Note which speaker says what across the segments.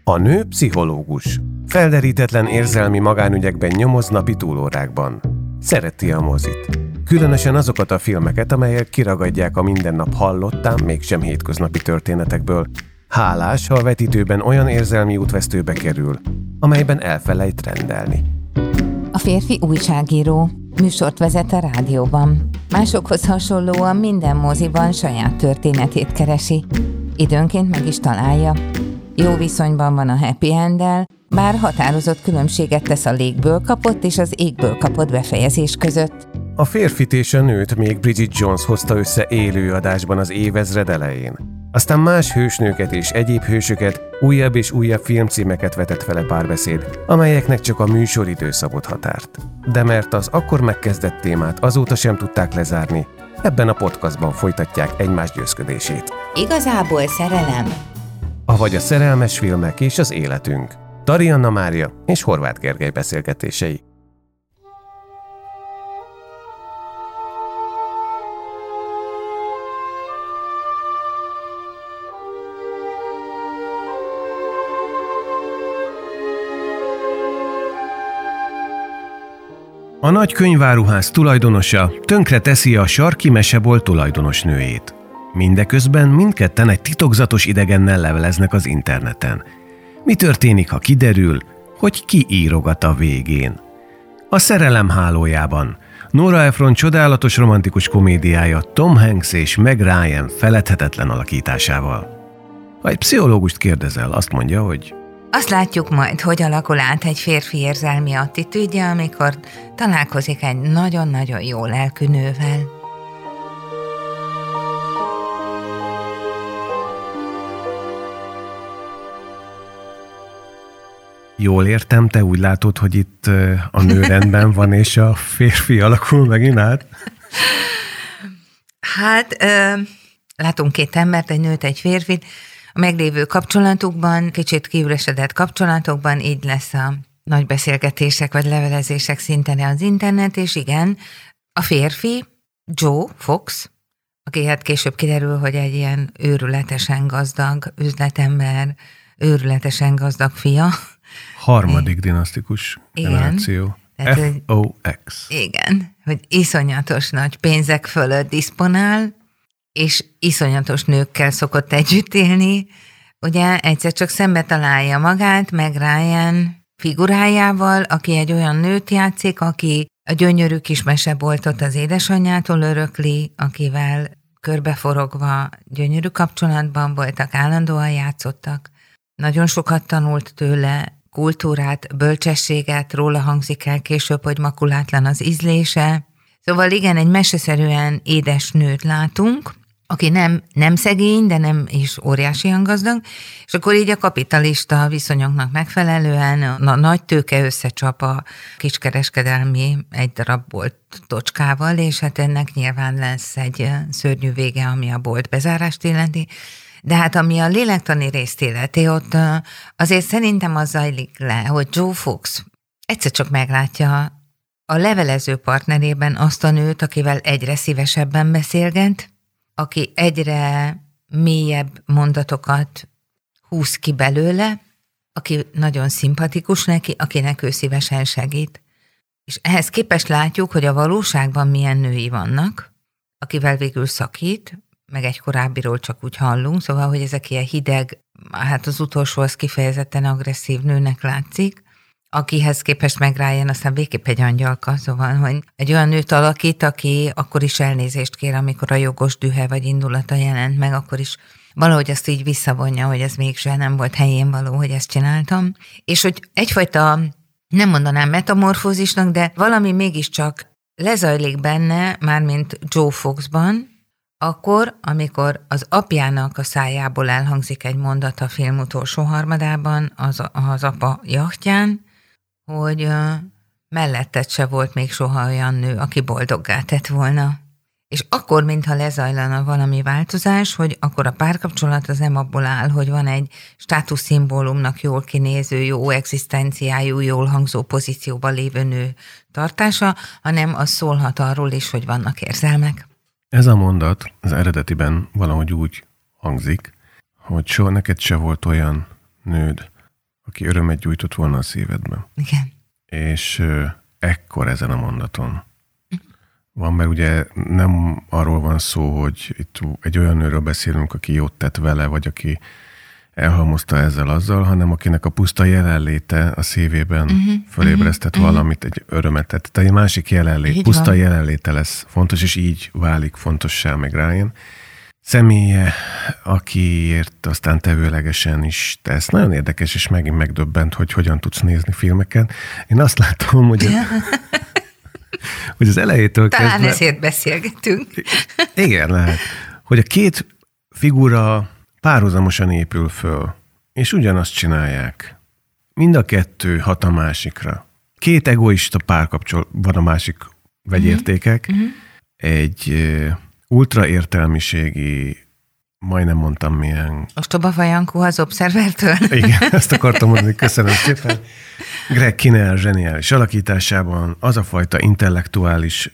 Speaker 1: A nő pszichológus. Felderítetlen érzelmi magánügyekben nyomoz napi túlórákban. Szereti a mozit. Különösen azokat a filmeket, amelyek kiragadják a mindennap hallottán, mégsem hétköznapi történetekből. Hálás, ha a vetítőben olyan érzelmi útvesztőbe kerül, amelyben elfelejt rendelni.
Speaker 2: A férfi újságíró, műsort vezet a rádióban. Másokhoz hasonlóan minden moziban saját történetét keresi. Időnként meg is találja. Jó viszonyban van a happy enddel, bár határozott különbséget tesz a légből kapott és az égből kapott befejezés között.
Speaker 1: A férfit és a nőt még Bridget Jones hozta össze élő adásban az évezred elején. Aztán más hősnőket és egyéb hősöket, újabb és újabb filmcímeket vetett vele párbeszéd, amelyeknek csak a műsoridő szabott határt. De mert az akkor megkezdett témát azóta sem tudták lezárni, ebben a podcastban folytatják egymás győzködését.
Speaker 2: Igazából szerelem.
Speaker 1: Avagy a szerelmes filmek és az életünk. Tari Anna Mária és Horváth Gergely beszélgetései. A nagy könyváruház tulajdonosa tönkre teszi a sarki mesebolt tulajdonos nőjét. Mindeközben mindketten egy titokzatos idegennel leveleznek az interneten. Mi történik, ha kiderül, hogy ki írogat a végén? A szerelem hálójában Nora Ephron csodálatos romantikus komédiája Tom Hanks és Meg Ryan feledhetetlen alakításával. Ha egy pszichológust kérdezel, azt mondja, hogy
Speaker 2: Azt látjuk majd, hogy alakul át egy férfi érzelmi attitűdje, amikor találkozik egy nagyon-nagyon jó lelkű nővel.
Speaker 1: Jól értem, te úgy látod, hogy itt a nő rendben van, és a férfi alakul megint át?
Speaker 2: Hát, látunk két embert, egy nőt, egy férfit. A meglévő kapcsolatukban, kicsit kiüresedett kapcsolatokban így lesz a nagy beszélgetések vagy levelezések szinten az internet, és igen, a férfi, Joe Fox, aki hát később kiderül, hogy egy ilyen őrületesen gazdag üzletember, őrületesen gazdag fia.
Speaker 1: Harmadik dinasztikus generáció. FOX.
Speaker 2: Igen, hogy iszonyatos nagy pénzek fölött diszponál, és iszonyatos nőkkel szokott együtt élni. Ugye egyszer csak szembe találja magát Meg Ryan figurájával, aki egy olyan nőt játszik, aki a gyönyörű kis meseboltot az édesanyjától örökli, akivel körbeforogva gyönyörű kapcsolatban voltak, állandóan játszottak. Nagyon sokat tanult tőle, kultúrát, bölcsességet, róla hangzik el később, hogy makulátlan az ízlése. Szóval igen, egy meseszerűen édes nőt látunk, aki nem szegény, de nem is óriásian gazdag, és akkor így a kapitalista viszonyoknak megfelelően a nagy tőke összecsap a kiskereskedelmi egy darab bolt tocskával, és hát ennek nyilván lesz egy szörnyű vége, ami a bolt bezárást illeti. De hát ami a lélektani részt illeti, ott azért szerintem az zajlik le, hogy Joe Fox egyszer csak meglátja a levelező partnerében azt a nőt, akivel egyre szívesebben beszélget, aki egyre mélyebb mondatokat húz ki belőle, aki nagyon szimpatikus neki, akinek ő szívesen segít. És ehhez képest látjuk, hogy a valóságban milyen női vannak, akivel végül szakít, meg egy korábbiról csak úgy hallunk, szóval, hogy ezek ilyen hideg, hát az utolsó az kifejezetten agresszív nőnek látszik, akihez képest Meg Ryan aztán végképp egy angyalka, szóval, hogy egy olyan nőt alakít, aki akkor is elnézést kér, amikor a jogos dühe vagy indulata jelent meg, akkor is valahogy azt így visszavonja, hogy ez mégsem nem volt helyén való, hogy ezt csináltam. És hogy egyfajta, nem mondanám metamorfózisnak, de valami mégiscsak lezajlik benne, mármint Joe Foxban, akkor, amikor az apjának a szájából elhangzik egy mondat a film utolsó harmadában, az apa jachtján, hogy melletted se volt még soha olyan nő, aki boldoggá tett volna. És akkor, mintha lezajlana valami változás, hogy akkor a párkapcsolat az nem abból áll, hogy van egy státuszszimbólumnak jól kinéző, jó egzisztenciájú, jól hangzó pozícióban lévő nő tartása, hanem az szólhat arról is, hogy vannak érzelmek.
Speaker 1: Ez a mondat az eredetiben valahogy úgy hangzik, hogy soha neked se volt olyan nőd, aki örömet gyújtott volna a szívedben.
Speaker 2: Igen.
Speaker 1: És ekkor ezen a mondaton van, mert ugye nem arról van szó, hogy itt egy olyan nőről beszélünk, aki jót tett vele, vagy aki elhalmozta ezzel-azzal, hanem akinek a puszta jelenléte a szívében fölébresztett valamit, egy örömet. Tehát egy másik jelenlét, így puszta van. Jelenléte lesz fontos, és így válik fontossá meg Ryan személye, akiért aztán tevőlegesen is tesz. Nagyon érdekes, és megint megdöbbent, hogy hogyan tudsz nézni filmeket. Én azt látom, hogy hogy az elejétől
Speaker 2: talán
Speaker 1: kezdve...
Speaker 2: ezért beszélgetünk.
Speaker 1: Igen, lehet. Hogy a két figura párhuzamosan épül föl, és ugyanazt csinálják. Mind a kettő hat a másikra. Két egoista párkapcsolat van a másik vegyértékek. Egy ultra értelmiségi, majdnem mondtam milyen...
Speaker 2: Ostoba Vajankó az Observertől.
Speaker 1: Igen, ezt akartam mondani, köszönöm szépen. Greg Kinnear zseniális alakításában az a fajta intellektuális,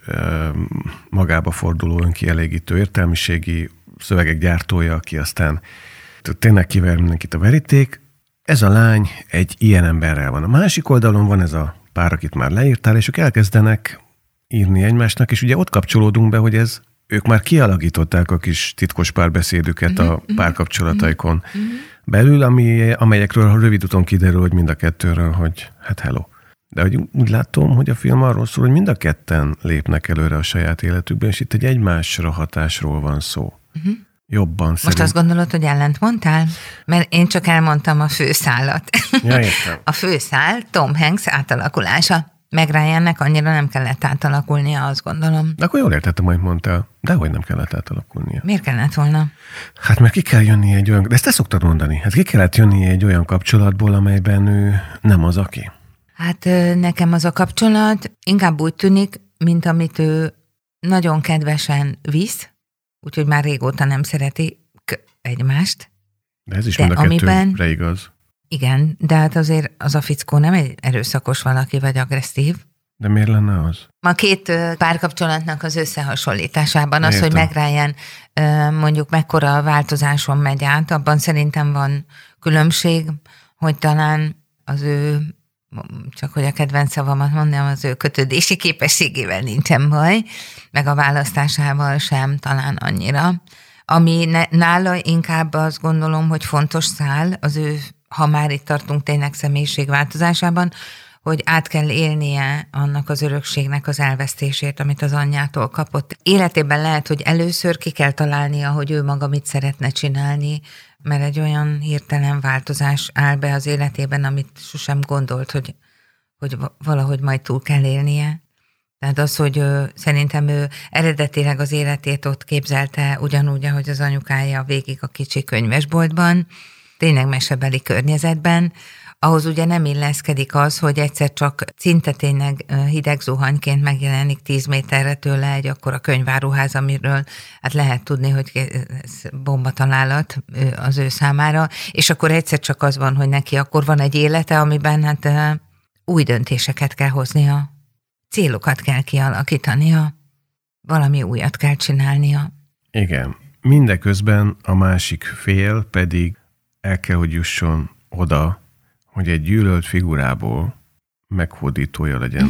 Speaker 1: magába forduló, önkielégítő értelmiségi szövegek gyártója, aki aztán tényleg kiver mindenkit a veríték. Ez a lány egy ilyen emberrel van. A másik oldalon van ez a pár, akit már leírtál, és ők elkezdenek írni egymásnak, és ugye ott kapcsolódunk be, hogy ők már kialakították a kis titkos párbeszédüket a párkapcsolataikon belül, amelyekről rövid úton kiderül, hogy mind a kettőről, hogy hát hello. De hogy úgy látom, hogy a film arról szól, hogy mind a ketten lépnek előre a saját életükben, és itt egy egymásra hatásról van szó. Jobban
Speaker 2: most azt gondolod, hogy ellent mondtál? Mert én csak elmondtam a főszálat.
Speaker 1: Ja, értem.
Speaker 2: A főszál Tom Hanks átalakulása. Meg Ryannek annyira nem kellett átalakulnia, azt gondolom.
Speaker 1: De akkor jól értettem, amit mondtál. Dehogy nem kellett átalakulnia.
Speaker 2: Miért kellett volna?
Speaker 1: Hát mert ki kell jönni egy olyan... De ezt te szoktad mondani. Hát ki kellett jönni egy olyan kapcsolatból, amelyben ő nem az, aki.
Speaker 2: Hát nekem az a kapcsolat inkább úgy tűnik, mint amit ő nagyon kedvesen visz, úgyhogy már régóta nem szereti egymást.
Speaker 1: De ez is mind a kettőre igaz.
Speaker 2: Igen, de hát azért az a fickó nem egy erőszakos valaki, vagy agresszív.
Speaker 1: De miért lenne az?
Speaker 2: A két párkapcsolatnak az összehasonlításában az, hogy Meg Ryan mondjuk mekkora változáson megy át, abban szerintem van különbség, hogy talán az ő, csak hogy a kedvenc szavamat mondjam, az ő kötődési képességével nincsen baj, meg a választásával sem talán annyira. Ami nála inkább azt gondolom, hogy fontos szál az ő, ha már itt tartunk tényleg személyiségváltozásában, hogy át kell élnie annak az örökségnek az elvesztését, amit az anyjától kapott. Életében lehet, hogy először ki kell találnia, hogy ő maga mit szeretne csinálni, mert egy olyan hirtelen változás áll be az életében, amit sosem gondolt, hogy valahogy majd túl kell élnie. Tehát az, hogy szerintem ő eredetileg az életét ott képzelte ugyanúgy, ahogy az anyukája végig a kicsi könyvesboltban, tényleg mesebeli környezetben, ahhoz ugye nem illeszkedik az, hogy egyszer csak szinte tényleg hideg zuhanyként megjelenik 10 méterre tőle egy akkora könyváruház, amiről hát lehet tudni, hogy ez bombatalálat az ő számára, és akkor egyszer csak az van, hogy neki akkor van egy élete, amiben hát új döntéseket kell hoznia, célokat kell kialakítania, valami újat kell csinálnia.
Speaker 1: Igen. Mindeközben a másik fél pedig el kell, hogy jusson oda, hogy egy gyűlölt figurából meghódítója legyen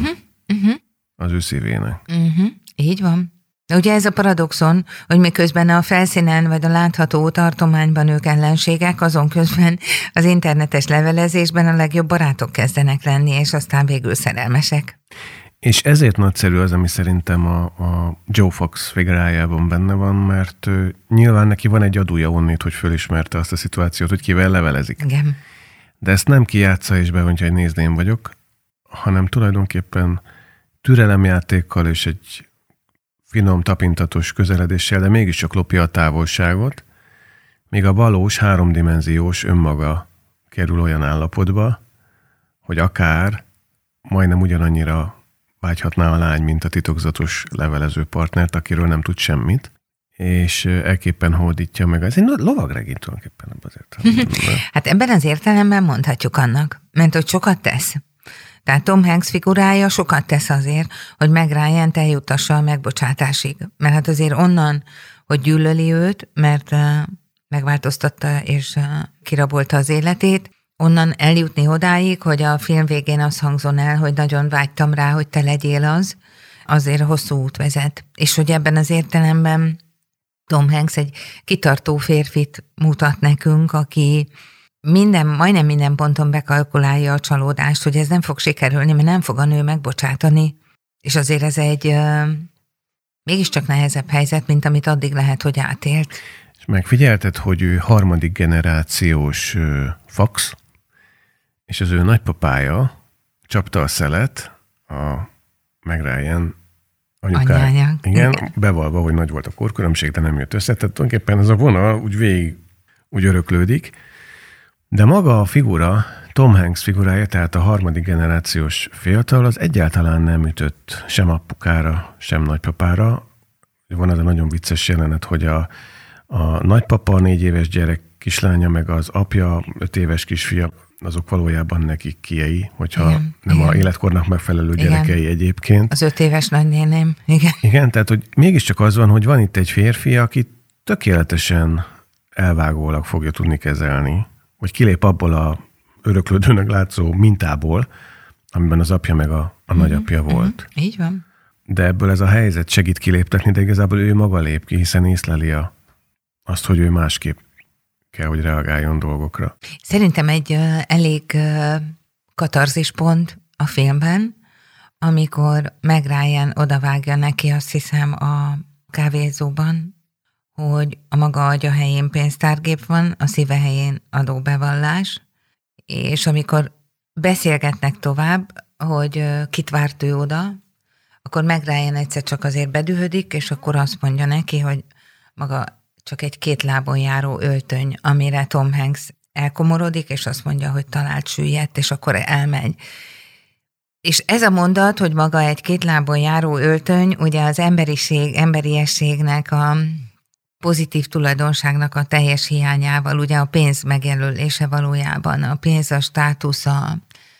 Speaker 1: az ő szívének.
Speaker 2: Így van. De ugye ez a paradoxon, hogy miközben a felszínen vagy a látható tartományban ők ellenségek, azon közben az internetes levelezésben a legjobb barátok kezdenek lenni, és aztán végül szerelmesek.
Speaker 1: És ezért nagyszerű az, ami szerintem a Joe Fox figurájában benne van, mert nyilván neki van egy adója onnét, hogy fölismerte azt a szituációt, hogy kivel levelezik.
Speaker 2: Igen.
Speaker 1: De ezt nem kijátsza és bevontja, hogy nézd, én vagyok, hanem tulajdonképpen türelemjátékkal és egy finom, tapintatos közeledéssel, de mégiscsak lopja a távolságot, míg a valós, háromdimenziós önmaga kerül olyan állapotba, hogy akár majdnem ugyanannyira vágyhatná a lány, mint a titokzatos levelező partnert, akiről nem tud semmit, és elképpen hódítja meg. Ez egy lovagregény tulajdonképpen ebben az értelemben.
Speaker 2: Hát ebben az értelemben mondhatjuk annak, mert hogy sokat tesz. Tehát Tom Hanks figurája sokat tesz azért, hogy Meg Ryan-t eljutassa a megbocsátásig. Mert hát azért onnan, hogy gyűlöli őt, mert megváltoztatta és kirabolta az életét, onnan eljutni odáig, hogy a film végén az hangzon el, hogy nagyon vágytam rá, hogy te legyél az, azért hosszú út vezet. És hogy ebben az értelemben Tom Hanks egy kitartó férfit mutat nekünk, aki majdnem minden ponton bekalkulálja a csalódást, hogy ez nem fog sikerülni, mert nem fog a nő megbocsátani. És azért ez egy mégiscsak nehezebb helyzet, mint amit addig lehet, hogy átélt.
Speaker 1: És megfigyelted, hogy ő harmadik generációs fax, és az ő nagypapája csapta a szelet a Meg Ryan anyukája. Igen, bevalva, hogy nagy volt a korkülönbség, de nem jött össze. Tehát tulajdonképpen ez a vonal úgy öröklődik. De maga a figura, Tom Hanks figurája, tehát a harmadik generációs fiatal, az egyáltalán nem ütött sem apukára, sem nagypapára. Van az a nagyon vicces jelenet, hogy a nagypapa, a 4 éves gyerek kislánya, meg az apja, 5 éves kisfia, azok valójában nekik kiei, hogyha nem az életkornak megfelelő gyerekei egyébként.
Speaker 2: Az 5 éves nagynéném, igen.
Speaker 1: Igen, tehát hogy mégiscsak az van, hogy van itt egy férfi, aki tökéletesen elvágólag fogja tudni kezelni, hogy kilép abból a öröklődőnek látszó mintából, amiben az apja meg a nagyapja volt.
Speaker 2: Így van.
Speaker 1: De ebből ez a helyzet segít kiléptetni, de igazából ő maga lép ki, hiszen észleli azt, hogy ő másképp kell, hogy reagáljon dolgokra.
Speaker 2: Szerintem egy elég katarzis-pont a filmben, amikor Meg Ryan odavágja neki, azt hiszem, a kávézóban, hogy a maga agya helyén pénztárgép van, a szíve helyén adóbevallás, és amikor beszélgetnek tovább, hogy kit várt ő oda, akkor Meg Ryan egyszer csak azért bedühödik, és akkor azt mondja neki, hogy maga csak egy 2 lábon járó öltöny, amire Tom Hanks elkomorodik, és azt mondja, hogy talált süllyedt, és akkor elmegy. És ez a mondat, hogy maga egy 2 lábon járó öltöny, ugye az emberiességnek a pozitív tulajdonságnak a teljes hiányával, ugye a pénz megjelölése valójában, a pénz, a státusz, a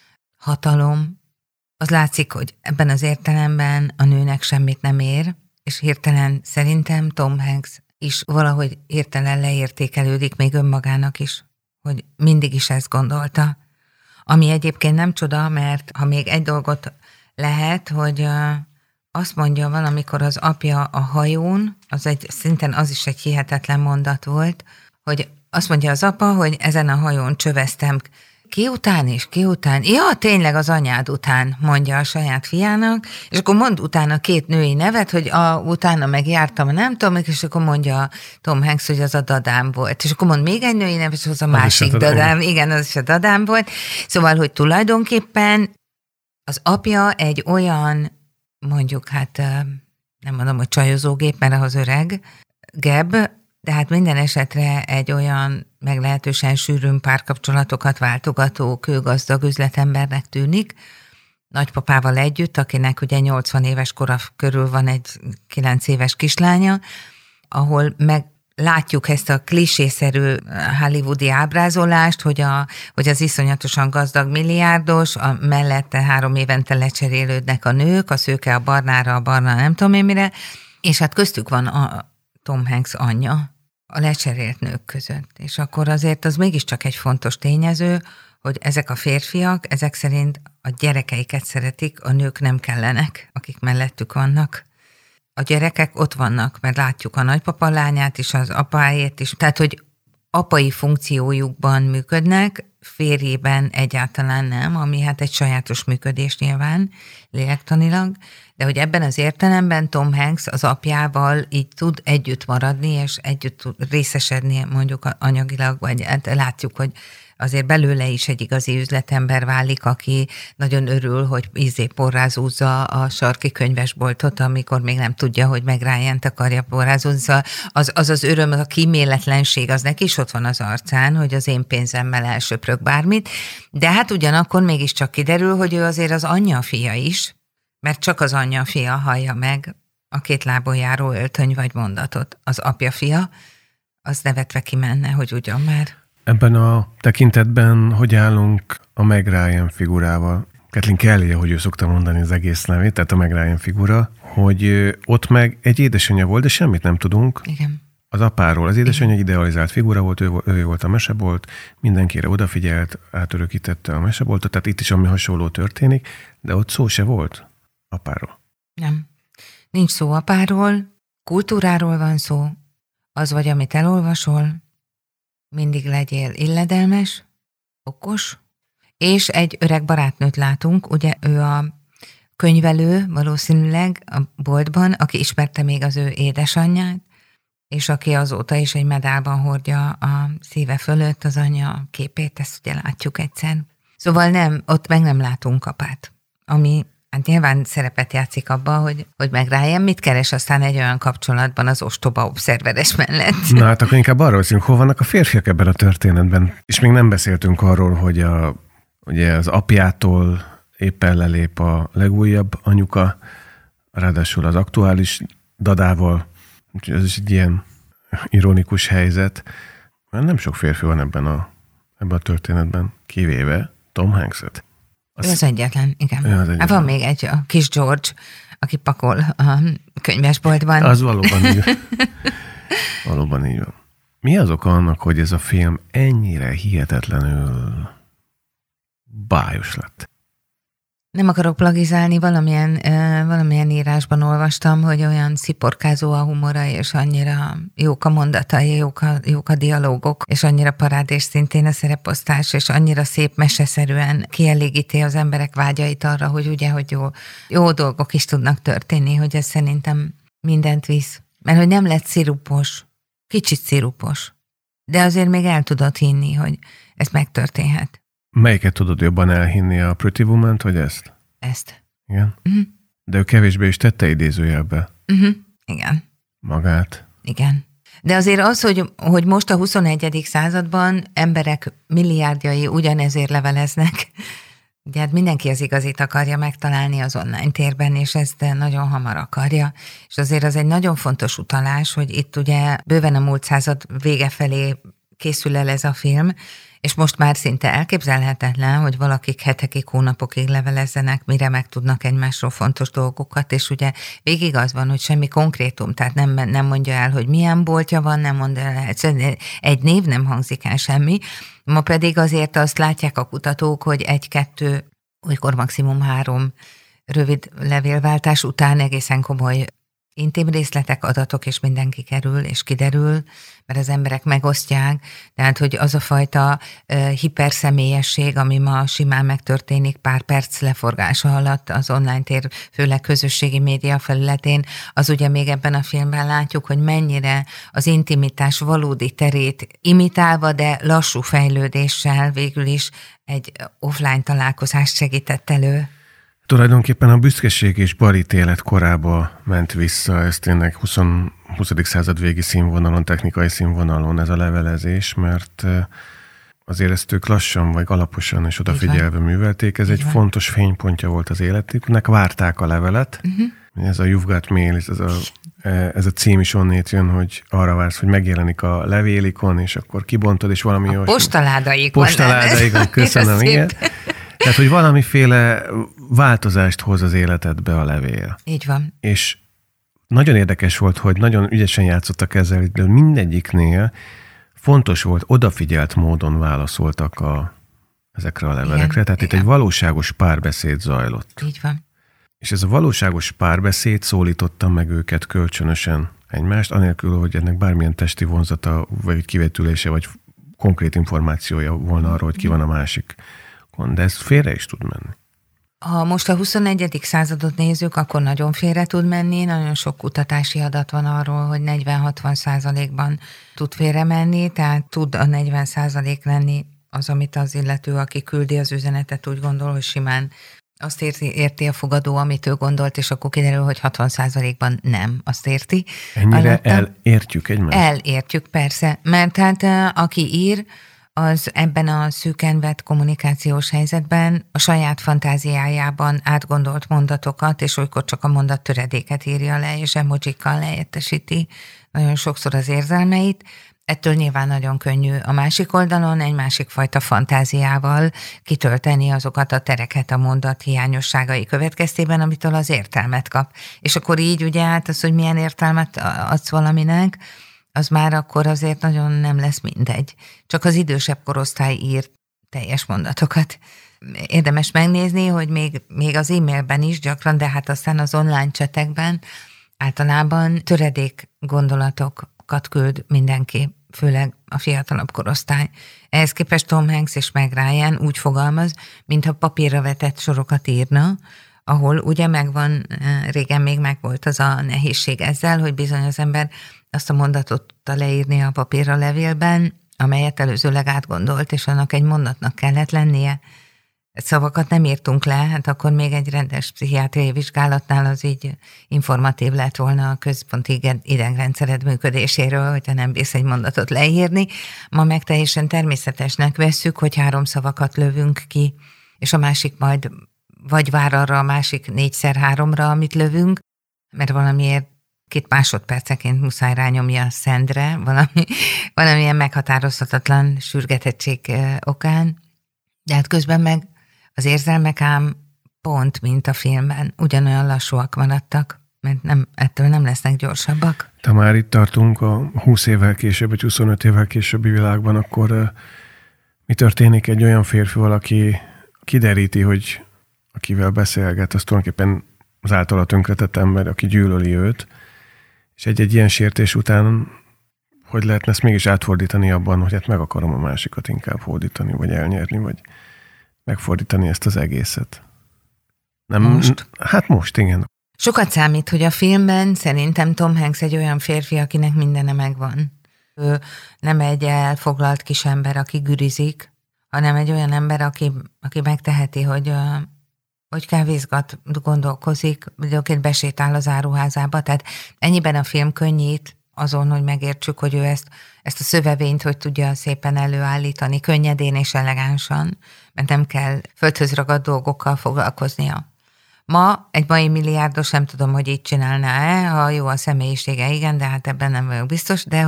Speaker 2: hatalom, az látszik, hogy ebben az értelemben a nőnek semmit nem ér, és hirtelen szerintem Tom Hanks is valahogy hirtelen leértékelődik még önmagának is, hogy mindig is ezt gondolta. Ami egyébként nem csoda, mert ha még egy dolgot lehet, hogy azt mondja valamikor az apja a hajón, szinten az is egy hihetetlen mondat volt, hogy azt mondja az apa, hogy ezen a hajón csöveztem ki után és ki után. Ja, tényleg az anyád után, mondja a saját fiának, és akkor mond utána 2 női nevet, hogy utána megjártam, nem tudom, és akkor mondja Tom Hanks, hogy az a dadám volt. És akkor mond még egy női nevet, és az a másik dadám. Igen, az is a dadám volt. Szóval, hogy tulajdonképpen az apja egy olyan, mondjuk nem mondom, hogy csajozógép, mert ahhoz öreg, Geb, de hát minden esetre egy olyan meglehetősen sűrűn párkapcsolatokat váltogató, kőgazdag üzletembernek tűnik, nagypapával együtt, akinek ugye 80 éves kora körül van egy 9 éves kislánya, ahol látjuk ezt a klisészerű hollywoodi ábrázolást, hogy az iszonyatosan gazdag milliárdos, mellette 3 évente lecserélődnek a nők, a szőke a barnára, a barna nem tudom én mire, és hát köztük van a Tom Hanks anyja a lecserélt nők között. És akkor azért az mégiscsak egy fontos tényező, hogy ezek a férfiak, ezek szerint a gyerekeiket szeretik, a nők nem kellenek, akik mellettük vannak. A gyerekek ott vannak, mert látjuk a nagypapa lányát is, az apájét is. Tehát, hogy apai funkciójukban működnek, férjében egyáltalán nem, ami hát egy sajátos működés nyilván, lélektanilag, de hogy ebben az értelemben Tom Hanks az apjával így tud együtt maradni, és együtt tud részesedni mondjuk anyagilag, vagy hát látjuk, hogy azért belőle is egy igazi üzletember válik, aki nagyon örül, hogy porrázúzza a sarki könyvesboltot, amikor még nem tudja, hogy Meg Ryan-t akarja porrázúzni. Az öröm, a kíméletlenség, az neki is ott van az arcán, hogy az én pénzemmel elsöprök bármit, de hát ugyanakkor mégiscsak kiderül, hogy ő azért az anyja fia is, mert csak az anyja fia hallja meg a 2 lábon járó öltöny vagy mondatot. Az apja fia, az nevetve kimenne, hogy ugyan már.
Speaker 1: Ebben a tekintetben hogy állunk a Meg Ryan figurával? Kathleen Kelly, ahogy ő szokta mondani az egész nevét, tehát a Meg Ryan figura, hogy ott meg egy édesanyja volt, de semmit nem tudunk.
Speaker 2: Igen.
Speaker 1: az apáról. Az édesanyja egy idealizált figura volt, ő volt a mesebolt, mindenkire odafigyelt, átörökítette a meseboltot, tehát itt is ami hasonló történik, de ott szó se volt apáról.
Speaker 2: Nem. Nincs szó apáról, kultúráról van szó, az vagy, amit elolvasol, mindig legyél illedelmes, okos, és egy öreg barátnőt látunk, ugye ő a könyvelő valószínűleg a boltban, aki ismerte még az ő édesanyját, és aki azóta is egy medálban hordja a szíve fölött az anyja képét, ezt ugye látjuk egyszer. Szóval nem, ott meg nem látunk apát, ami hát nyilván szerepet játszik abba, hogy meg Ryan mit keres aztán egy olyan kapcsolatban az ostoba obszerveres mellett.
Speaker 1: Na hát akkor inkább arról színünk, hol vannak a férfiak ebben a történetben. És még nem beszéltünk arról, hogy ugye az apjától éppen lelép a legújabb anyuka, ráadásul az aktuális dadával, úgyhogy ez is egy ilyen ironikus helyzet. Nem sok férfi van ebben a történetben, kivéve Tom Hanks-et.
Speaker 2: Ő az egyetlen, igen. Van még egy, a kis George, aki pakol a könyvesboltban.
Speaker 1: Az valóban így van. Valóban így van. Mi az oka annak, hogy ez a film ennyire hihetetlenül bájos lett?
Speaker 2: Nem akarok plagizálni, valamilyen írásban olvastam, hogy olyan sziporkázó a humora, és annyira jók a mondatai, jók a dialógok, és annyira parádés szintén a szereposztás, és annyira szép meseszerűen kielégíti az emberek vágyait arra, hogy ugye, hogy jó dolgok is tudnak történni, hogy ez szerintem mindent visz. Mert hogy nem lett szirupos, kicsit szirupos, de azért még el tudod hinni, hogy ez megtörténhet.
Speaker 1: Melyiket tudod jobban elhinni, a Pretty Woman-t, vagy ezt?
Speaker 2: Ezt.
Speaker 1: Igen? Uh-huh. De ő kevésbé is tette idézőjelbe.
Speaker 2: Uh-huh. Igen.
Speaker 1: Magát.
Speaker 2: Igen. De azért az, hogy most a 21. században emberek milliárdjai ugyanezért leveleznek, ugye hát mindenki az igazit akarja megtalálni az online térben, és ezt nagyon hamar akarja. És azért az egy nagyon fontos utalás, hogy itt ugye bőven a múlt század vége felé készül el ez a film, és most már szinte elképzelhetetlen, hogy valakik hetekig, hónapokig levelezzenek, mire megtudnak egymásról fontos dolgokat, és ugye végig az van, hogy semmi konkrétum, tehát nem mondja el, hogy milyen boltja van, nem mondja el, egy név nem hangzik el semmi, ma pedig azért azt látják a kutatók, hogy 1-2, olykor maximum 3 rövid levélváltás után egészen komoly intim részletek, adatok, és mindenki kerül, és kiderül, mert az emberek megosztják, tehát, hogy az a fajta hiperszemélyesség, ami ma simán megtörténik pár perc leforgása alatt az online tér, főleg közösségi média felületén, az ugye még ebben a filmben látjuk, hogy mennyire az intimitás valódi terét imitálva, de lassú fejlődéssel végül is egy offline találkozást segített elő.
Speaker 1: Tulajdonképpen a büszkeség és barítélet korába ment vissza, ez tényleg 20. század végi színvonalon, technikai színvonalon ez a levelezés, mert azért ezt ők lassan vagy alaposan és odafigyelve művelték. Ez egy fontos fénypontja volt az életüknek, várták a levelet. Ez a You've Got Mail, ez a cím is onnét jön, hogy arra vársz, hogy megjelenik a levélikon, és akkor kibontod, és valami olyasmi.
Speaker 2: Postaládaikon,
Speaker 1: köszönöm, igen. Tehát, hogy valamiféle változást hoz az életedbe a levél.
Speaker 2: Így van.
Speaker 1: És nagyon érdekes volt, hogy nagyon ügyesen játszottak ezzel, de mindegyiknél fontos volt, odafigyelt módon válaszoltak ezekre a levelekre. Igen, tehát igen. Itt egy valóságos párbeszéd zajlott.
Speaker 2: Így van.
Speaker 1: És ez a valóságos párbeszéd szólította meg őket kölcsönösen egymást, anélkül, hogy ennek bármilyen testi vonzata, vagy kivetülése, vagy konkrét információja volna arról, hogy ki van a másik. De ez félre is tud menni.
Speaker 2: Ha most a 21. századot nézzük, akkor nagyon félre tud menni. Nagyon sok kutatási adat van arról, hogy 40-60%-ban tud félre menni, tehát tud a 40% lenni az, amit az illető, aki küldi az üzenetet, úgy gondol, hogy simán azt érti a fogadó, amit ő gondolt, és akkor kiderül, hogy 60%-ban nem azt érti.
Speaker 1: Ennyire elértjük egymást?
Speaker 2: Elértjük, persze. Mert hát aki ír, az ebben a szűken vett kommunikációs helyzetben a saját fantáziájában átgondolt mondatokat, és olykor csak a mondat töredéket írja le, és emojikkal leértesíti nagyon sokszor az érzelmeit. Ettől nyilván nagyon könnyű a másik oldalon egy másik fajta fantáziával kitölteni azokat a tereket a mondat hiányosságai következtében, amitől az értelmet kap. És akkor így ugye hát az, hogy milyen értelmet adsz valaminek, az már akkor azért nagyon nem lesz mindegy. Csak az idősebb korosztály ír teljes mondatokat. Érdemes megnézni, hogy még az e-mailben is gyakran, de hát aztán az online csetekben általában töredék gondolatokat küld mindenki, főleg a fiatalabb korosztály. Ehhez képest Tom Hanks és Meg Ryan úgy fogalmaz, mintha papírra vetett sorokat írna, ahol ugye régen még megvolt az a nehézség ezzel, hogy bizony az ember azt a mondatot tudta leírni a papírra levélben, amelyet előzőleg átgondolt, és annak egy mondatnak kellett lennie. Szavakat nem írtunk le, hát akkor még egy rendes pszichiátriai vizsgálatnál az így informatív lett volna a központi idegrendszered működéséről, hogyha nem bírsz egy mondatot leírni. Ma meg teljesen természetesnek vesszük, hogy 3 szavakat lövünk ki, és a másik majd vagy vár arra a másik 4x3-ra, amit lövünk, mert valamiért 2 másodperceként muszáj rányomja a szendre, valamilyen meghatározhatatlan sürgetettség okán, de hát közben meg az érzelmek ám pont, mint a filmben, ugyanolyan lassúak maradtak, mert ettől nem lesznek gyorsabbak.
Speaker 3: De már itt tartunk a 20 évvel később, vagy 25 évvel későbbi világban, akkor mi történik egy olyan férfival, aki kideríti, hogy akivel beszélget, az tulajdonképpen az általa tönkretett ember, aki gyűlöli őt, és egy ilyen sértés után hogy lehetne ezt mégis átfordítani abban, hogy hát meg akarom a másikat inkább hódítani, vagy elnyerni, vagy megfordítani ezt az egészet. Nem,
Speaker 2: most?
Speaker 3: Hát most, igen.
Speaker 2: Sokat számít, hogy a filmben szerintem Tom Hanks egy olyan férfi, akinek mindene megvan. Ő nem egy elfoglalt kis ember, aki gürizik, hanem egy olyan ember, aki megteheti, hogy kávézgat, gondolkozik, vagy besétál az áruházába. Tehát ennyiben a film könnyít azon, hogy megértsük, hogy ő ezt a szövevényt hogy tudja szépen előállítani, könnyedén és elegánsan, mert nem kell földhöz ragadt dolgokkal foglalkoznia. Egy mai milliárdos nem tudom, hogy így csinálná-e, ha jó a személyisége, igen, de hát ebben nem vagyok biztos, de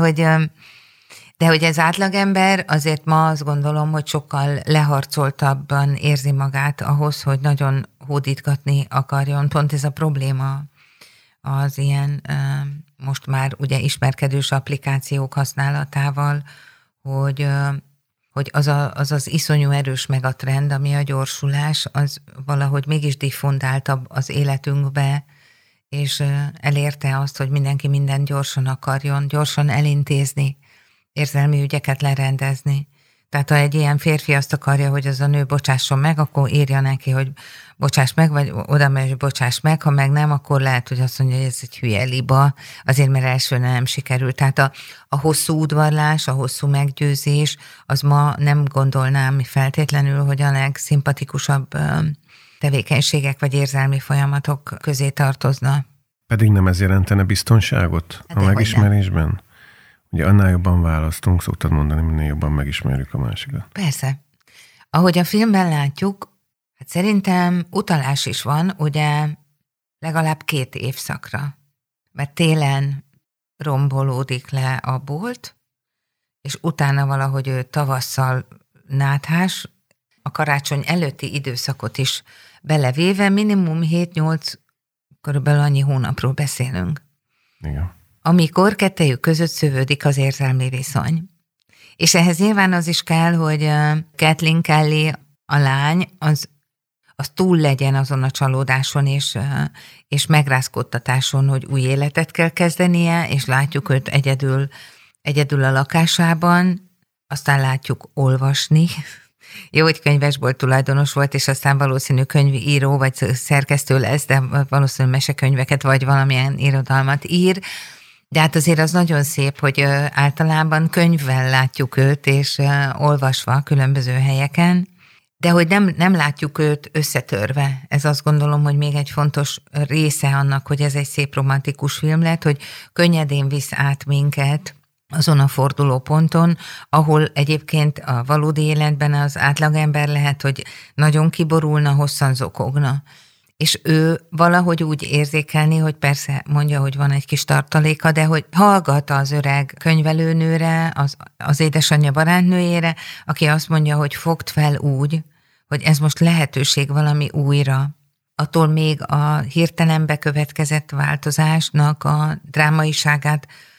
Speaker 2: hogy ez átlagember, azért ma azt gondolom, hogy sokkal leharcoltabban érzi magát ahhoz, hogy nagyon hódítgatni akarjon. Pont ez a probléma az ilyen most már ugye ismerkedős applikációk használatával, hogy az iszonyú erős megatrend, ami a gyorsulás, az valahogy mégis diffundáltabb az életünkbe, és elérte azt, hogy mindenki mindent gyorsan akarjon, gyorsan elintézni, érzelmi ügyeket lerendezni. Tehát ha egy ilyen férfi azt akarja, hogy az a nő bocsásson meg, akkor írja neki, hogy bocsáss meg, vagy oda megy, hogy bocsáss meg, ha meg nem, akkor lehet, hogy azt mondja, hogy ez egy hülye liba, azért, mert elsőre nem sikerült. Tehát a hosszú udvarlás, a hosszú meggyőzés, az ma nem gondolnám feltétlenül, hogy a legszimpatikusabb tevékenységek vagy érzelmi folyamatok közé tartozna.
Speaker 3: Pedig nem ez jelentene biztonságot a megismerésben? Ugye annál jobban választunk, szoktad mondani, minél jobban megismerjük a másikat.
Speaker 2: Persze. Ahogy a filmben látjuk, hát szerintem utalás is van, ugye legalább 2 évszakra. Mert télen rombolódik le a bolt, és utána valahogy ő tavasszal náthás, a karácsony előtti időszakot is belevéve, minimum 7-8, körülbelül annyi hónapról beszélünk.
Speaker 3: Igen. Amikor
Speaker 2: kettejük között szövődik az érzelmi viszony. És ehhez nyilván az is kell, hogy Kathleen Kelly, a lány, az túl legyen azon a csalódáson és megrázkódtatáson, hogy új életet kell kezdenie, és látjuk őt egyedül a lakásában, aztán látjuk olvasni. Jó, hogy könyvesbolt tulajdonos volt, és aztán valószínű könyvíró vagy szerkesztő lesz, de valószínű mesekönyveket vagy valamilyen irodalmat ír. De hát azért az nagyon szép, hogy általában könyvvel látjuk őt, és olvasva különböző helyeken, de hogy nem látjuk őt összetörve. Ez azt gondolom, hogy még egy fontos része annak, hogy ez egy szép romantikus film lett, hogy könnyedén visz át minket azon a fordulóponton, ahol egyébként a valódi életben az átlagember lehet, hogy nagyon kiborulna, hosszan zokogna. És ő valahogy úgy érzékelni, hogy persze mondja, hogy van egy kis tartaléka, de hogy hallgat az öreg könyvelőnőre, az édesanyja barátnőjére, aki azt mondja, hogy fogd fel úgy, hogy ez most lehetőség valami újra. Attól még a hirtelen bekövetkezett változásnak a drámaiságát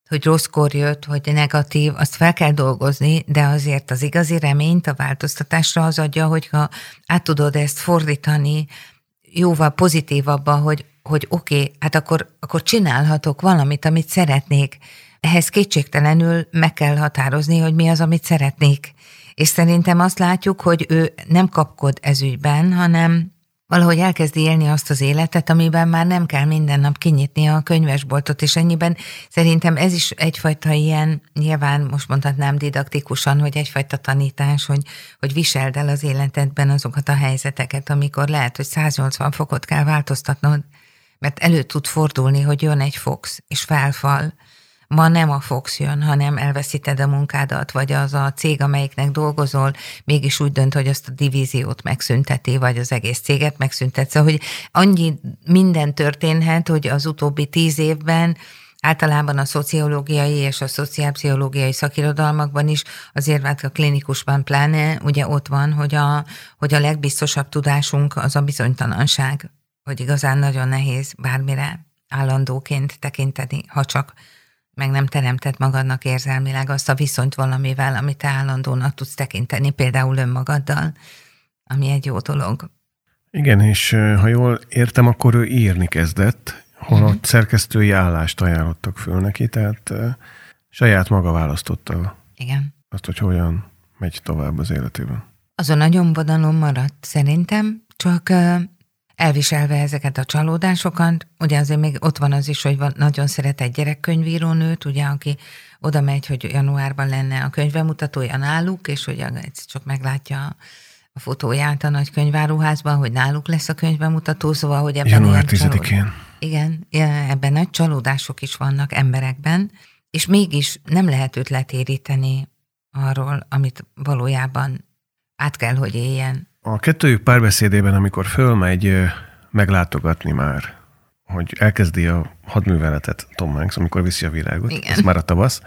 Speaker 2: hogy rosszkor jött, hogy negatív, azt fel kell dolgozni, de azért az igazi reményt a változtatásra az adja, hogyha át tudod ezt fordítani jóval pozitívabban, hogy oké, hát akkor csinálhatok valamit, amit szeretnék. Ehhez kétségtelenül meg kell határozni, hogy mi az, amit szeretnék. És szerintem azt látjuk, hogy ő nem kapkod ez ügyben, hanem valahogy elkezdi élni azt az életet, amiben már nem kell minden nap kinyitni a könyvesboltot, és ennyiben szerintem ez is egyfajta ilyen, nyilván most mondhatnám didaktikusan, hogy egyfajta tanítás, hogy viseld el az életedben azokat a helyzeteket, amikor lehet, hogy 180 fokot kell változtatnod, mert elő tud fordulni, hogy jön egy Fox, és felfal. Ma nem a Fox jön, hanem elveszíted a munkádat, vagy az a cég, amelyiknek dolgozol, mégis úgy dönt, hogy azt a divíziót megszünteti, vagy az egész céget megszüntet. Szóval, hogy annyi minden történhet, hogy az utóbbi 10 évben általában a szociológiai és a szociálpszichológiai szakirodalmakban is, azért hát a klinikusban pláne, ugye ott van, hogy a legbiztosabb tudásunk az a bizonytalanság, hogy igazán nagyon nehéz bármire állandóként tekinteni, ha csak meg nem teremtett magadnak érzelmileg azt a viszonyt valamivel, amit te állandónak tudsz tekinteni, például önmagaddal, ami egy jó dolog.
Speaker 3: Igen, és ha jól értem, akkor ő írni kezdett, holott szerkesztői állást ajánlottak föl neki, tehát saját maga választotta azt, hogy hogyan megy tovább az életében.
Speaker 2: Azon nagyon vonalon maradt szerintem, csak elviselve ezeket a csalódásokat, ugye azért még ott van az is, hogy nagyon szeret egy gyerekkönyvírónőt, ugye, aki oda megy, hogy januárban lenne a könyvbemutatója náluk, és hogy csak meglátja a fotóját a nagy könyváruházban, hogy náluk lesz a könyvbemutató, szóval, hogy ebben
Speaker 3: január 10-én.
Speaker 2: Igen, ebben nagy csalódások is vannak emberekben, és mégis nem lehet őt letéríteni arról, amit valójában át kell, hogy éljen.
Speaker 3: A kettőjük párbeszédében, amikor fölmegy meglátogatni már, hogy elkezdi a hadműveletet Tom Hanks, amikor viszi a virágot,
Speaker 2: igen.
Speaker 3: Ez már a tavasz,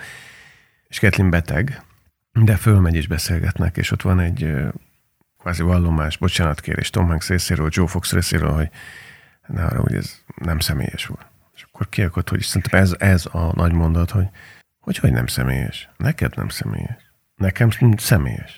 Speaker 3: és Kathleen beteg, de fölmegy és beszélgetnek, és ott van egy kvázi vallomás, bocsánatkérés Tom Hanks részéről, Joe Fox részéről, hogy ne arra, hogy ez nem személyes volt. És akkor kiakott, hogy szerintem ez a nagy mondat, hogy nem személyes. Neked nem személyes. Nekem személyes.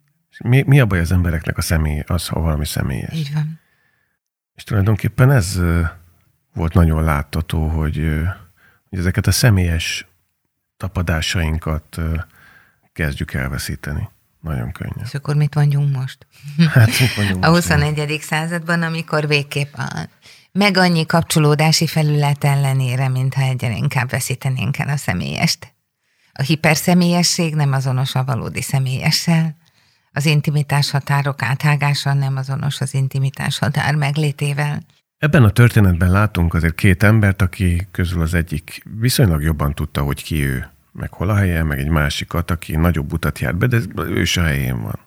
Speaker 3: Mi a baj az embereknek a személy, az, ha valami személyes?
Speaker 2: Így van.
Speaker 3: És tulajdonképpen ez volt nagyon látható, hogy ezeket a személyes tapadásainkat kezdjük elveszíteni. Nagyon könnyen. És
Speaker 2: akkor mit mondjunk most?
Speaker 3: Hát mit mondjunk
Speaker 2: a 21. században, amikor végképp meg annyi kapcsolódási felület ellenére, mintha egyre inkább veszítenénk el a személyest. A hiperszemélyesség nem azonos a valódi személyessel. Az intimitás határok áthágása nem azonos az intimitás határ meglétével.
Speaker 3: Ebben a történetben látunk azért két embert, aki közül az egyik viszonylag jobban tudta, hogy ki ő, meg hol a helye, meg egy másikat, aki nagyobb utat járt be, de ő is a helyén van.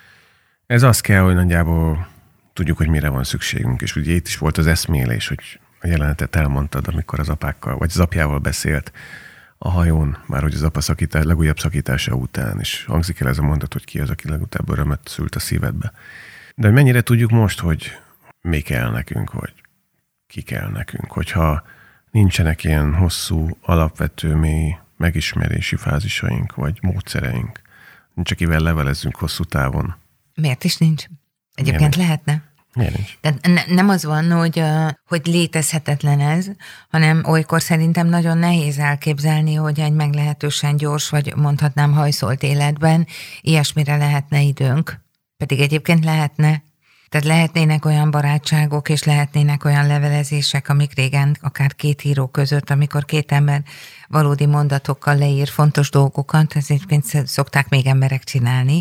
Speaker 3: Ez azt kell, hogy nagyjából tudjuk, hogy mire van szükségünk, és ugye itt is volt az eszmélés, hogy a jelenetet elmondtad, amikor az apákkal, vagy az apjával beszélt a hajón, már hogy az apa legújabb szakítása után, és hangzik el ez a mondat, hogy ki az, aki legutább örömet szült a szívedbe. De hogy mennyire tudjuk most, hogy mi kell nekünk, vagy ki kell nekünk, hogyha nincsenek ilyen hosszú, alapvető, mély megismerési fázisaink, vagy módszereink. Nincs, akivel levelezzünk hosszú távon.
Speaker 2: Miért is nincs? Egyébként lehetne.
Speaker 3: Miért nincs?
Speaker 2: De nem az van, hogy létezhetetlen ez, hanem olykor szerintem nagyon nehéz elképzelni, hogy egy meglehetősen gyors, vagy mondhatnám hajszolt életben ilyesmire lehetne időnk. Pedig egyébként lehetne. Tehát lehetnének olyan barátságok, és lehetnének olyan levelezések, amik régen akár két író között, amikor két ember valódi mondatokkal leír fontos dolgokat, ezt egyébként szokták még emberek csinálni,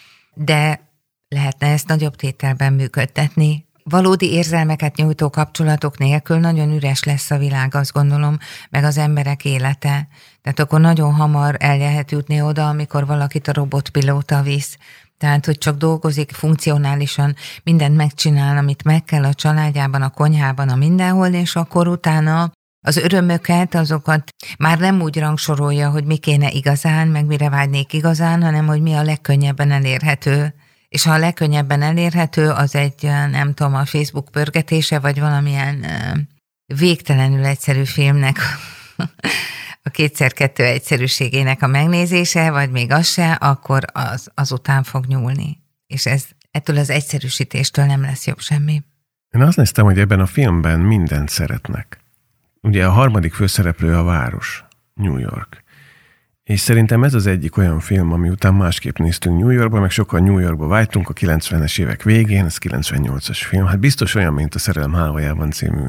Speaker 2: de lehetne ezt nagyobb tételben működtetni. Valódi érzelmeket nyújtó kapcsolatok nélkül nagyon üres lesz a világ, azt gondolom, meg az emberek élete. Tehát akkor nagyon hamar el lehet jutni oda, amikor valakit a robotpilóta visz. Tehát, hogy csak dolgozik funkcionálisan, mindent megcsinál, amit meg kell a családjában, a konyhában, a mindenhol, és akkor utána az örömöket, azokat már nem úgy rangsorolja, hogy mi kéne igazán, meg mire vágynék igazán, hanem hogy mi a legkönnyebben elérhető. És ha a legkönnyebben elérhető, az egy, nem tudom, a Facebook pörgetése, vagy valamilyen végtelenül egyszerű filmnek a 2x2 egyszerűségének a megnézése, vagy még az se, akkor azután fog nyúlni. És ettől az egyszerűsítéstől nem lesz jobb semmi.
Speaker 3: Én azt néztem, hogy ebben a filmben mindent szeretnek. Ugye a harmadik főszereplő a város, New York. És szerintem ez az egyik olyan film, ami után másképp néztünk New Yorkba, meg sokan New Yorkba vágytunk a 90-es évek végén, ez 98-as film. Hát biztos olyan, mint a Szerelem hálójában című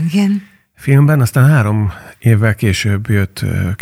Speaker 3: filmben. Aztán 3 évvel később jött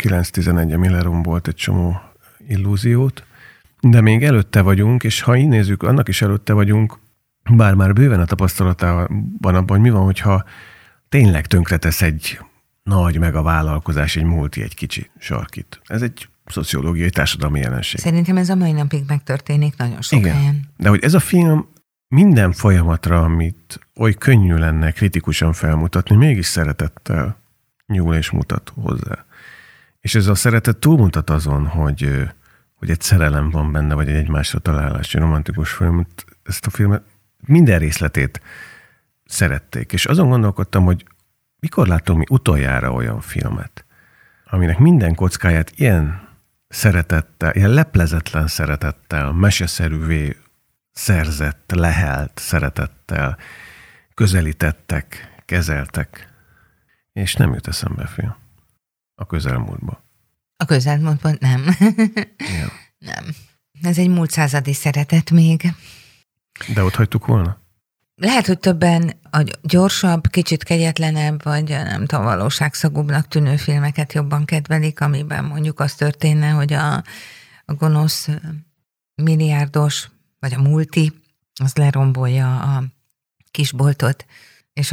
Speaker 3: 9-11, ami lerombolt egy csomó illúziót. De még előtte vagyunk, és ha így nézzük, annak is előtte vagyunk, bár már bőven a tapasztalatában abban, hogy mi van, hogyha tényleg tönkretesz egy nagy megavállalkozás, egy multi, egy kicsi sarkit. Ez egy szociológiai, társadalmi jelenség.
Speaker 2: Szerintem ez a mai napig megtörténik nagyon sok helyen.
Speaker 3: De hogy ez a film minden folyamatra, amit oly könnyű lenne kritikusan felmutatni, mégis szeretettel nyúl és mutat hozzá. És ez a szeretet túlmutat azon, hogy egy szerelem van benne, vagy egy egymásra találás, egy romantikus film. Ezt a filmet minden részletét szerették. És azon gondolkodtam, hogy mikor látom mi utoljára olyan filmet, aminek minden kockáját ilyen szeretettel, ilyen leplezetlen szeretettel, meseszerűvé szerzett, lehelt szeretettel közelítettek, kezeltek, és nem jut eszembe film a közelmúltban.
Speaker 2: A közelmúltban nem.
Speaker 3: Ja.
Speaker 2: Nem. Ez egy múlt századi szeretet még.
Speaker 3: De ott hagytuk volna?
Speaker 2: Lehet, hogy többen a gyorsabb, kicsit kegyetlenebb, vagy nem tudom, valóságszagúbbnak tűnő filmeket jobban kedvelik, amiben mondjuk az történne, hogy a gonosz milliárdos, vagy a multi, az lerombolja a kisboltot, és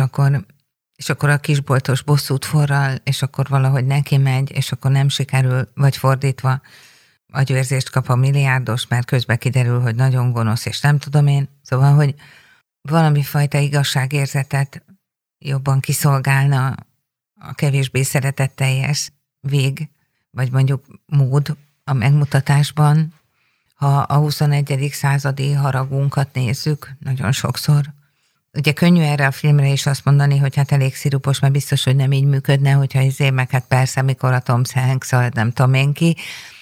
Speaker 2: akkor a kisboltos bosszút forral, és akkor valahogy neki megy, és akkor nem sikerül, vagy fordítva, agyvérzést kap a milliárdos, mert közben kiderül, hogy nagyon gonosz, és nem tudom én. Szóval, hogy valami fajta igazságérzetet jobban kiszolgálna a kevésbé szeretetteljes vég, vagy mondjuk mód a megmutatásban, ha a 21. századi haragunkat nézzük nagyon sokszor. Ugye könnyű erre a filmre is azt mondani, hogy hát elég szirupos, mert biztos, hogy nem így működne, hogyha meg hát persze, mikor a Tom Hanks, nem tudom én ki,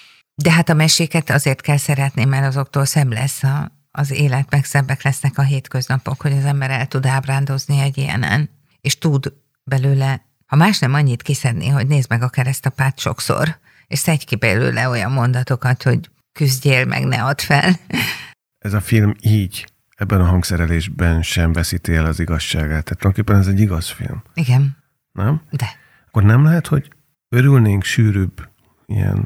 Speaker 2: de hát a meséket azért kell szeretni, mert azoktól szebb lesz az élet, meg szebbek lesznek a hétköznapok, hogy az ember el tud ábrándozni egy ilyenen, és tud belőle, ha más nem annyit kiszedni, hogy nézd meg a Keresztapát sokszor, és szedj ki belőle olyan mondatokat, hogy küzdjél meg, ne add fel.
Speaker 3: Ez a film így, ebben a hangszerelésben sem veszíti el az igazságát. Tehát tulajdonképpen ez egy igaz film.
Speaker 2: Igen.
Speaker 3: Nem?
Speaker 2: De.
Speaker 3: Akkor nem lehet, hogy örülnénk sűrűbb ilyen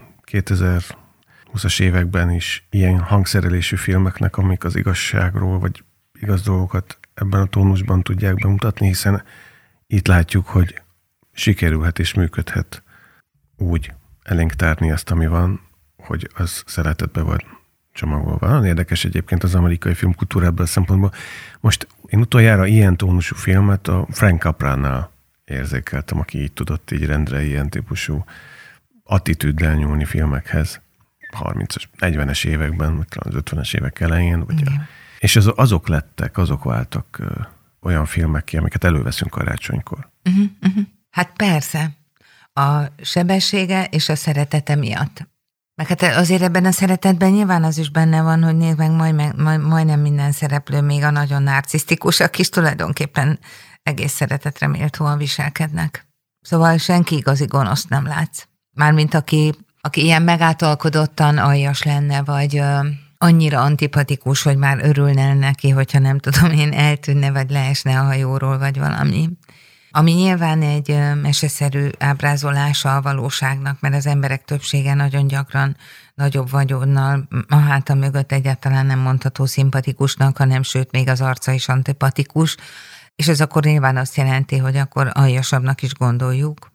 Speaker 3: 2020-as években is ilyen hangszerelésű filmeknek, amik az igazságról, vagy igaz dolgokat ebben a tónusban tudják bemutatni, hiszen itt látjuk, hogy sikerülhet és működhet úgy elénk tárni azt, ami van, hogy az szeretetbe van csomagolva. Nagyon érdekes egyébként az amerikai filmkultúra ebből a szempontból. Most én utoljára ilyen tónusú filmet a Frank Capra-nál érzékeltem, aki így tudott így rendre ilyen típusú attitűddel nyúlni filmekhez 30-as, 40-es években, vagy az 50-es évek elején. És azok váltak olyan filmek ki, amiket előveszünk karácsonykor.
Speaker 2: Hát persze. A sebessége és a szeretete miatt. Meg hát azért ebben a szeretetben nyilván az is benne van, hogy nézd meg, majdnem minden szereplő, még a nagyon narcisztikusak is tulajdonképpen egész szeretetre méltóan viselkednek. Szóval senki igazi gonoszt nem látsz. Mármint aki ilyen megáltalkodottan aljas lenne, vagy annyira antipatikus, hogy már örülne neki, hogyha nem tudom én, eltűnne, vagy leesne a hajóról, vagy valami. Ami nyilván egy meseszerű ábrázolása a valóságnak, mert az emberek többsége nagyon gyakran nagyobb vagyonnal a háta mögött egyáltalán nem mondható szimpatikusnak, hanem sőt, még az arca is antipatikus, és ez akkor nyilván azt jelenti, hogy akkor aljasabbnak is gondoljuk,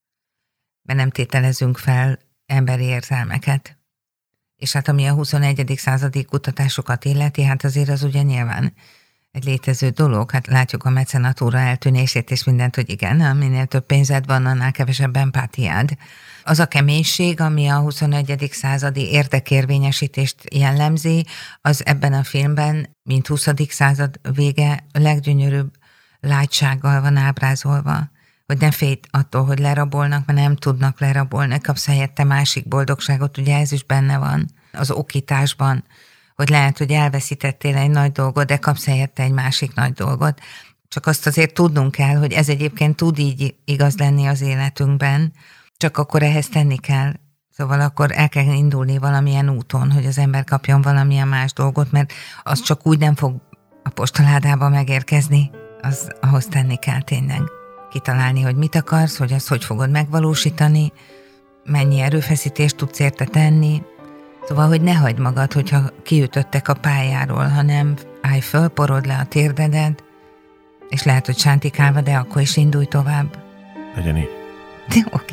Speaker 2: mert nem tételezünk fel emberi érzelmeket. És hát ami a 21. századi kutatásokat illeti, hát azért az ugye nyilván egy létező dolog, hát látjuk a mecenatúra eltűnését és mindent, hogy igen, minél több pénzed van, annál kevesebb empátiád. Az a keménység, ami a 21. századi érdekérvényesítést jellemzi, az ebben a filmben, mint 20. század vége, a leggyönyörűbb lágysággal van ábrázolva, hogy ne félj attól, hogy lerabolnak, mert nem tudnak lerabolni, kapsz helyette másik boldogságot, ugye ez is benne van az okításban, hogy lehet, hogy elveszítettél egy nagy dolgot, de kapsz helyette egy másik nagy dolgot. Csak azt azért tudnunk kell, hogy ez egyébként tud így igaz lenni az életünkben, csak akkor ehhez tenni kell. Szóval akkor el kell indulni valamilyen úton, hogy az ember kapjon valamilyen más dolgot, mert az csak úgy nem fog a postaládába megérkezni, az ahhoz tenni kell tényleg. Kitalálni, hogy mit akarsz, hogy azt hogy fogod megvalósítani, mennyi erőfeszítést tudsz érte tenni. Szóval, hogy ne hagyd magad, hogyha kiütöttek a pályáról, hanem állj föl, porod le a térdedet, és lehet, hogy sántikálva, de akkor is indulj tovább.
Speaker 3: Legyen így.
Speaker 2: Oké.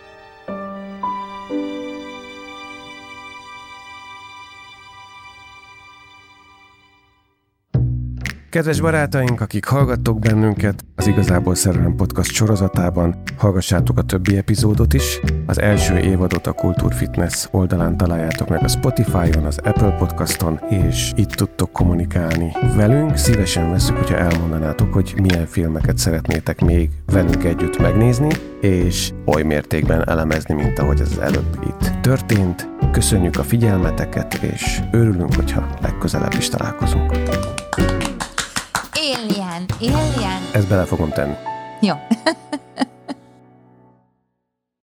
Speaker 3: Kedves barátaink, akik hallgattok bennünket, az Igazából Szerelem Podcast sorozatában hallgassátok a többi epizódot is. Az első évadot a Kultúrfitness oldalán találjátok meg a Spotify-on, az Apple Podcaston, és itt tudtok kommunikálni velünk. Szívesen veszük, hogyha elmondanátok, hogy milyen filmeket szeretnétek még velünk együtt megnézni, és oly mértékben elemezni, mint ahogy ez az előbb itt történt. Köszönjük a figyelmeteket, és örülünk, hogyha legközelebb is találkozunk.
Speaker 2: Alien.
Speaker 3: Ezt bele fogom tenni.
Speaker 2: Jó.